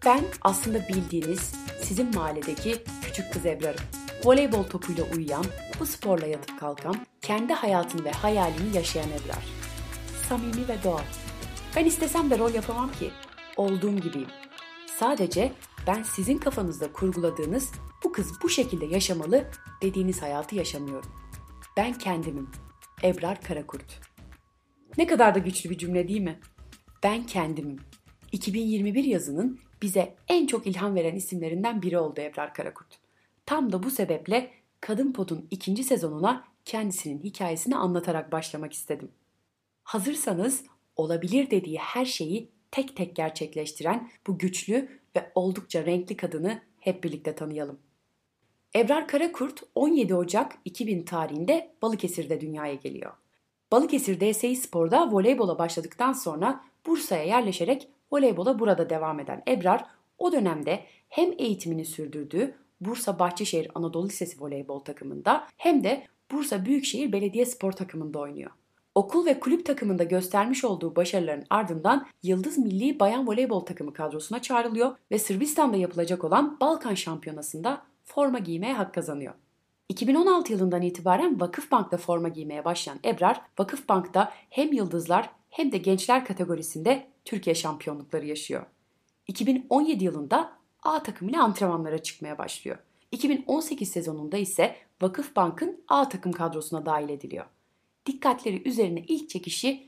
Ben aslında bildiğiniz sizin mahalledeki küçük kız Ebrar'ım. Voleybol topuyla uyuyan, bu sporla yatıp kalkan, kendi hayatını ve hayalini yaşayan Ebrar. Samimi ve doğal. Ben istesem de rol yapamam ki. Olduğum gibiyim. Sadece ben sizin kafanızda kurguladığınız bu kız bu şekilde yaşamalı dediğiniz hayatı yaşamıyorum. Ben kendimim. Ebrar Karakurt. Ne kadar da güçlü bir cümle değil mi? Ben kendimim. 2021 yazının bize en çok ilham veren isimlerinden biri oldu Ebrar Karakurt. Tam da bu sebeple Kadın Pot'un 2. sezonuna kendisinin hikayesini anlatarak başlamak istedim. Hazırsanız olabilir dediği her şeyi tek tek gerçekleştiren bu güçlü ve oldukça renkli kadını hep birlikte tanıyalım. Ebrar Karakurt 17 Ocak 2000 tarihinde Balıkesir'de dünyaya geliyor. Balıkesir DSİ Spor'da voleybola başladıktan sonra Bursa'ya yerleşerek voleybola burada devam eden Ebrar, o dönemde hem eğitimini sürdürdüğü Bursa Bahçeşehir Anadolu Lisesi voleybol takımında hem de Bursa Büyükşehir Belediyespor takımında oynuyor. Okul ve kulüp takımında göstermiş olduğu başarıların ardından Yıldız Milli Bayan Voleybol takımı kadrosuna çağrılıyor ve Sırbistan'da yapılacak olan Balkan Şampiyonası'nda forma giymeye hak kazanıyor. 2016 yılından itibaren Vakıfbank'ta forma giymeye başlayan Ebrar, Vakıfbank'ta hem yıldızlar hem de gençler kategorisinde Türkiye şampiyonlukları yaşıyor. 2017 yılında A takımıyla antrenmanlara çıkmaya başlıyor. 2018 sezonunda ise Vakıfbank'ın A takım kadrosuna dahil ediliyor. Dikkatleri üzerine ilk çekişi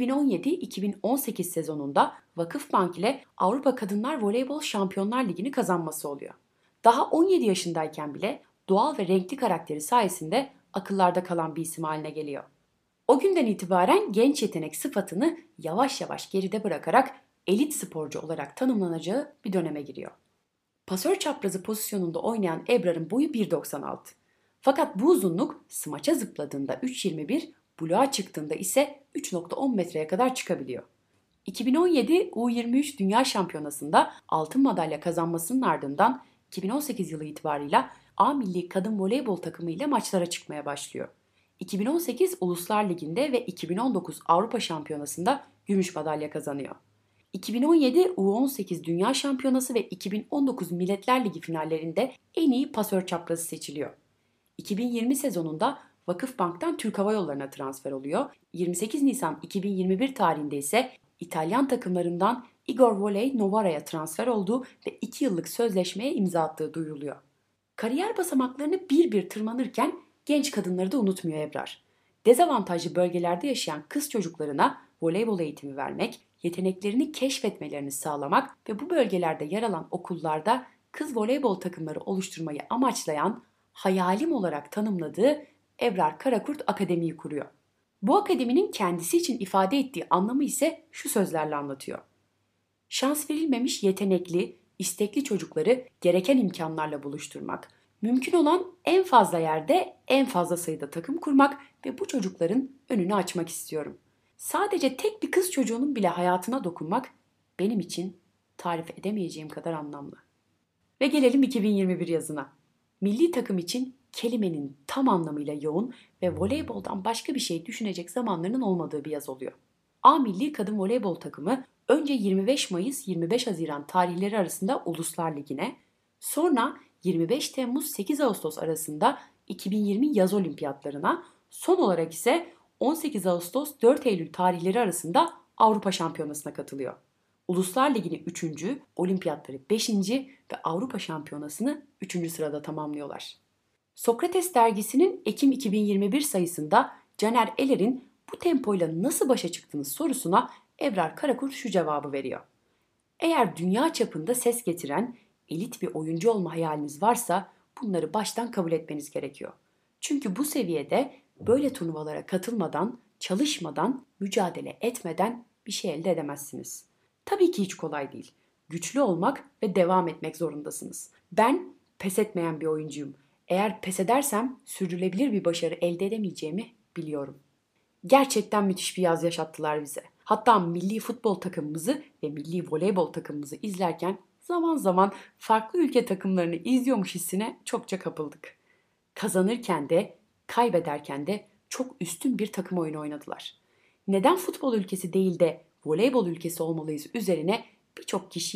2017-2018 sezonunda Vakıfbank ile Avrupa Kadınlar Voleybol Şampiyonlar Ligi'ni kazanması oluyor. Daha 17 yaşındayken bile doğal ve renkli karakteri sayesinde akıllarda kalan bir isim haline geliyor. O günden itibaren genç yetenek sıfatını yavaş yavaş geride bırakarak elit sporcu olarak tanımlanacağı bir döneme giriyor. Pasör çaprazı pozisyonunda oynayan Ebrar'ın boyu 1.96. Fakat bu uzunluk smaça zıpladığında 3.21, bluğa çıktığında ise 3.10 metreye kadar çıkabiliyor. 2017 U23 Dünya Şampiyonası'nda altın madalya kazanmasının ardından 2018 yılı itibarıyla A Milli Kadın Voleybol takımı ile maçlara çıkmaya başlıyor. 2018 Uluslar Ligi'nde ve 2019 Avrupa Şampiyonası'nda gümüş madalya kazanıyor. 2017 U18 Dünya Şampiyonası ve 2019 Milletler Ligi finallerinde en iyi pasör çaprazı seçiliyor. 2020 sezonunda Vakıfbank'tan Türk Hava Yolları'na transfer oluyor. 28 Nisan 2021 tarihinde ise İtalyan takımlarından Igor Voley Novara'ya transfer olduğu ve 2 yıllık sözleşmeye imza attığı duyuruluyor. Kariyer basamaklarını bir bir tırmanırken genç kadınları da unutmuyor Ebrar. Dezavantajlı bölgelerde yaşayan kız çocuklarına voleybol eğitimi vermek, yeteneklerini keşfetmelerini sağlamak ve bu bölgelerde yer alan okullarda kız voleybol takımları oluşturmayı amaçlayan, hayalim olarak tanımladığı Ebrar Karakurt Akademi'yi kuruyor. Bu akademinin kendisi için ifade ettiği anlamı ise şu sözlerle anlatıyor. Şans verilmemiş yetenekli, istekli çocukları gereken imkanlarla buluşturmak, mümkün olan en fazla yerde en fazla sayıda takım kurmak ve bu çocukların önünü açmak istiyorum. Sadece tek bir kız çocuğunun bile hayatına dokunmak benim için tarif edemeyeceğim kadar anlamlı. Ve gelelim 2021 yazına. Milli takım için kelimenin tam anlamıyla yoğun ve voleyboldan başka bir şey düşünecek zamanlarının olmadığı bir yaz oluyor. A Milli Kadın Voleybol takımı önce 25 Mayıs-25 Haziran tarihleri arasında Uluslar Ligi'ne, sonra 25 Temmuz-8 Ağustos arasında 2020 yaz olimpiyatlarına, son olarak ise 18 Ağustos-4 Eylül tarihleri arasında Avrupa Şampiyonası'na katılıyor. Uluslar Ligi'ni 3. olimpiyatları 5. ve Avrupa Şampiyonası'nı 3. sırada tamamlıyorlar. Sokrates dergisinin Ekim 2021 sayısında Caner Eler'in bu tempoyla nasıl başa çıktınız sorusuna Ebrar Karakurt şu cevabı veriyor. Eğer dünya çapında ses getiren elit bir oyuncu olma hayaliniz varsa bunları baştan kabul etmeniz gerekiyor. Çünkü bu seviyede böyle turnuvalara katılmadan, çalışmadan, mücadele etmeden bir şey elde edemezsiniz. Tabii ki hiç kolay değil. Güçlü olmak ve devam etmek zorundasınız. Ben pes etmeyen bir oyuncuyum. Eğer pes edersem sürdürülebilir bir başarı elde edemeyeceğimi biliyorum. Gerçekten müthiş bir yaz yaşattılar bize. Hatta milli futbol takımımızı ve milli voleybol takımımızı izlerken zaman zaman farklı ülke takımlarını izliyormuş hissine çokça kapıldık. Kazanırken de, kaybederken de çok üstün bir takım oyunu oynadılar. Neden futbol ülkesi değil de voleybol ülkesi olmalıyız üzerine birçok kişiyi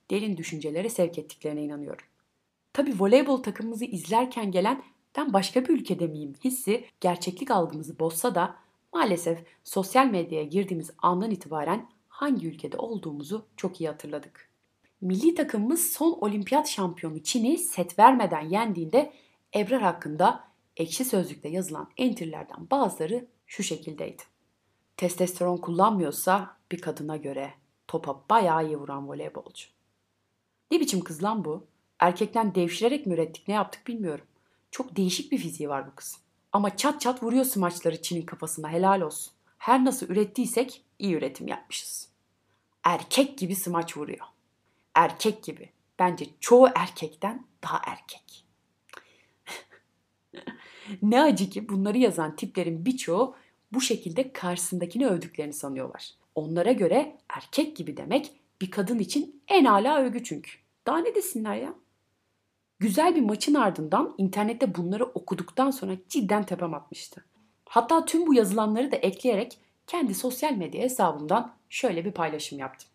derin düşüncelere sevk ettiklerine inanıyorum. Tabii voleybol takımımızı izlerken gelen ben başka bir ülkede miyim hissi gerçeklik algımızı bozsa da maalesef sosyal medyaya girdiğimiz andan itibaren hangi ülkede olduğumuzu çok iyi hatırladık. Milli takımımız son olimpiyat şampiyonu Çin'i set vermeden yendiğinde Ebrar hakkında Ekşi Sözlük'te yazılan entry'lerden bazıları şu şekildeydi. Testosteron kullanmıyorsa bir kadına göre topa bayağı iyi vuran voleybolcu. Ne biçim kız lan bu? Erkekten devşirerek mi ürettik ne yaptık bilmiyorum. Çok değişik bir fiziği var bu kız. Ama çat çat vuruyor smaçları Çin'in kafasına, helal olsun. Her nasıl ürettiysek iyi üretim yapmışız. Erkek gibi smaç vuruyor. Erkek gibi. Bence çoğu erkekten daha erkek. Ne acı ki bunları yazan tiplerin birçoğu bu şekilde karşısındakini övdüklerini sanıyorlar. Onlara göre erkek gibi demek bir kadın için en âlâ övgü çünkü. Daha ne desinler ya? Güzel bir maçın ardından internette bunları okuduktan sonra cidden tepem atmıştı. Hatta tüm bu yazılanları da ekleyerek kendi sosyal medya hesabımdan şöyle bir paylaşım yaptım.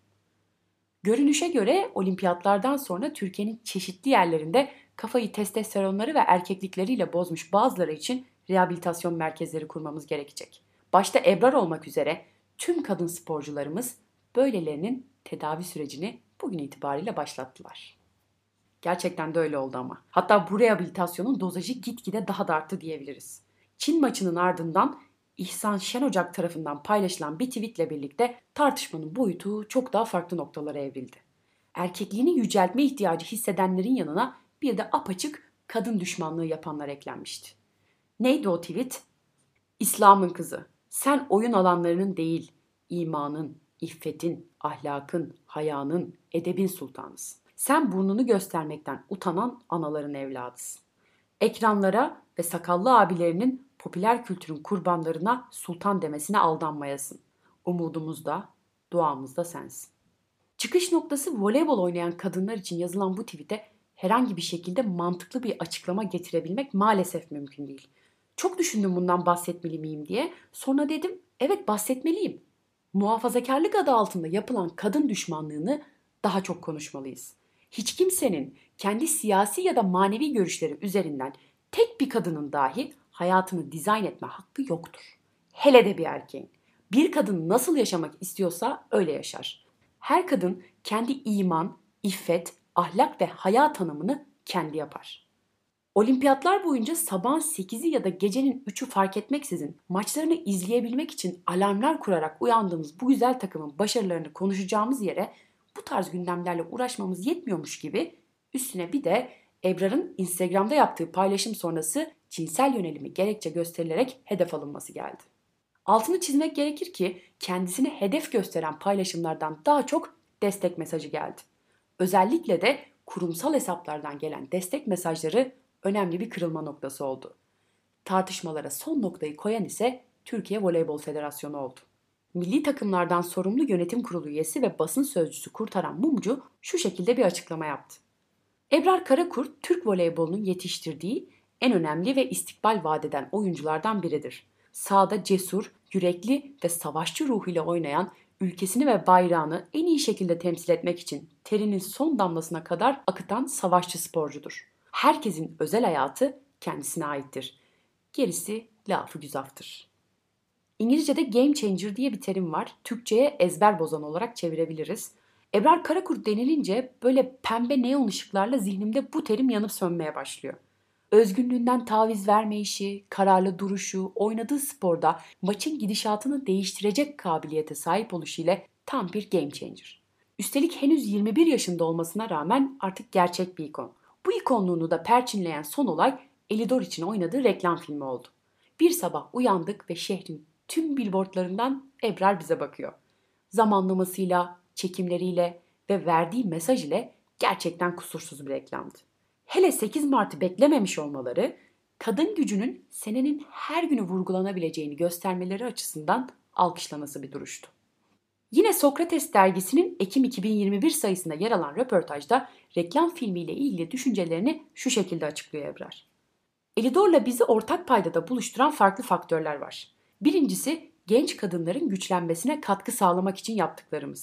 Görünüşe göre olimpiyatlardan sonra Türkiye'nin çeşitli yerlerinde kafayı testosteronları ve erkeklikleriyle bozmuş bazıları için rehabilitasyon merkezleri kurmamız gerekecek. Başta Ebrar olmak üzere tüm kadın sporcularımız böylelerinin tedavi sürecini bugün itibariyle başlattılar. Gerçekten de öyle oldu ama. Hatta bu rehabilitasyonun dozajı gitgide daha da arttı diyebiliriz. Çin maçının ardından İhsan Şenocak tarafından paylaşılan bir tweetle birlikte tartışmanın boyutu çok daha farklı noktalara evrildi. Erkekliğini yüceltme ihtiyacı hissedenlerin yanına bir de apaçık kadın düşmanlığı yapanlar eklenmişti. Neydi o tweet? İslam'ın kızı, sen oyun alanlarının değil, imanın, iffetin, ahlakın, hayanın, edebin sultanısın. Sen burnunu göstermekten utanan anaların evladısın. Ekranlara ve sakallı abilerinin popüler kültürün kurbanlarına sultan demesine aldanmayasın. Umudumuz da, duamız da sensin. Çıkış noktası voleybol oynayan kadınlar için yazılan bu tweet'e herhangi bir şekilde mantıklı bir açıklama getirebilmek maalesef mümkün değil. Çok düşündüm bundan bahsetmeli miyim diye. Sonra dedim evet bahsetmeliyim. Muhafazakarlık adı altında yapılan kadın düşmanlığını daha çok konuşmalıyız. Hiç kimsenin kendi siyasi ya da manevi görüşleri üzerinden tek bir kadının dahi hayatını dizayn etme hakkı yoktur. Hele de bir erkeğin. Bir kadın nasıl yaşamak istiyorsa öyle yaşar. Her kadın kendi iman, iffet, ahlak ve hayat tanımını kendi yapar. Olimpiyatlar boyunca sabahın 8'i ya da gecenin 3'ü fark etmeksizin maçlarını izleyebilmek için alarmlar kurarak uyandığımız bu güzel takımın başarılarını konuşacağımız yere bu tarz gündemlerle uğraşmamız yetmiyormuş gibi üstüne bir de Ebrar'ın Instagram'da yaptığı paylaşım sonrası cinsel yönelimi gerekçe gösterilerek hedef alınması geldi. Altını çizmek gerekir ki kendisini hedef gösteren paylaşımlardan daha çok destek mesajı geldi. Özellikle de kurumsal hesaplardan gelen destek mesajları önemli bir kırılma noktası oldu. Tartışmalara son noktayı koyan ise Türkiye Voleybol Federasyonu oldu. Milli takımlardan sorumlu yönetim kurulu üyesi ve basın sözcüsü Kurtaran Mumcu şu şekilde bir açıklama yaptı. Ebrar Karakurt, Türk voleybolunun yetiştirdiği en önemli ve istikbal vadeden oyunculardan biridir. Sahada cesur, yürekli ve savaşçı ruhuyla oynayan, ülkesini ve bayrağını en iyi şekilde temsil etmek için terinin son damlasına kadar akıtan savaşçı sporcudur. Herkesin özel hayatı kendisine aittir. Gerisi lafı güzaftır. İngilizce'de game changer diye bir terim var. Türkçe'ye ezber bozan olarak çevirebiliriz. Ebrar Karakurt denilince böyle pembe neon ışıklarla zihnimde bu terim yanıp sönmeye başlıyor. Özgünlüğünden taviz vermeyişi, kararlı duruşu, oynadığı sporda maçın gidişatını değiştirecek kabiliyete sahip oluşuyla tam bir game changer. Üstelik henüz 21 yaşında olmasına rağmen artık gerçek bir ikon. Bu ikonluğunu da perçinleyen son olay Elidor için oynadığı reklam filmi oldu. Bir sabah uyandık ve şehrin tüm billboardlarından Ebrar bize bakıyor. Zamanlamasıyla, çekimleriyle ve verdiği mesaj ile gerçekten kusursuz bir reklamdı. Hele 8 Mart'ı beklememiş olmaları, kadın gücünün senenin her günü vurgulanabileceğini göstermeleri açısından alkışlanası bir duruştu. Yine Sokrates dergisinin Ekim 2021 sayısında yer alan röportajda reklam filmiyle ilgili düşüncelerini şu şekilde açıklıyor Ebrar. Elidor'la bizi ortak paydada buluşturan farklı faktörler var. Birincisi genç kadınların güçlenmesine katkı sağlamak için yaptıklarımız.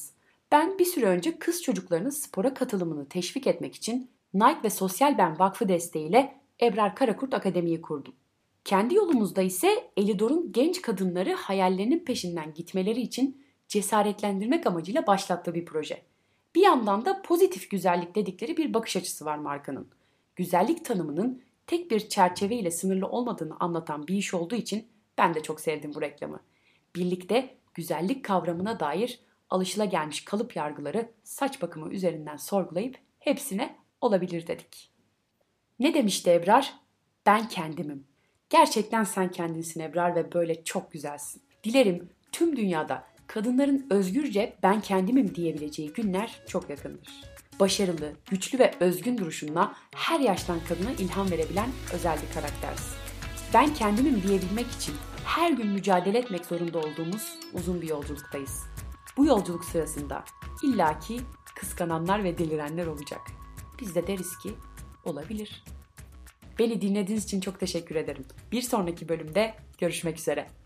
Ben bir süre önce kız çocuklarının spora katılımını teşvik etmek için Nike ve Sosyal Ben Vakfı desteğiyle Ebrar Karakurt Akademi'yi kurdum. Kendi yolumuzda ise Elidor'un genç kadınları hayallerinin peşinden gitmeleri için cesaretlendirmek amacıyla başlattığı bir proje. Bir yandan da pozitif güzellik dedikleri bir bakış açısı var markanın. Güzellik tanımının tek bir çerçeveyle sınırlı olmadığını anlatan bir iş olduğu için ben de çok sevdim bu reklamı. Birlikte güzellik kavramına dair alışılagelmiş kalıp yargıları saç bakımı üzerinden sorgulayıp hepsine olabilir dedik. Ne demişti Ebrar? Ben kendimim. Gerçekten sen kendinsin Ebrar ve böyle çok güzelsin. Dilerim tüm dünyada kadınların özgürce ben kendimim diyebileceği günler çok yakındır. Başarılı, güçlü ve özgün duruşunla her yaştan kadına ilham verebilen özel bir karaktersin. Ben kendimim diyebilmek için her gün mücadele etmek zorunda olduğumuz uzun bir yolculuktayız. Bu yolculuk sırasında illaki kıskananlar ve delirenler olacak. Biz de deriz ki olabilir. Beni dinlediğiniz için çok teşekkür ederim. Bir sonraki bölümde görüşmek üzere.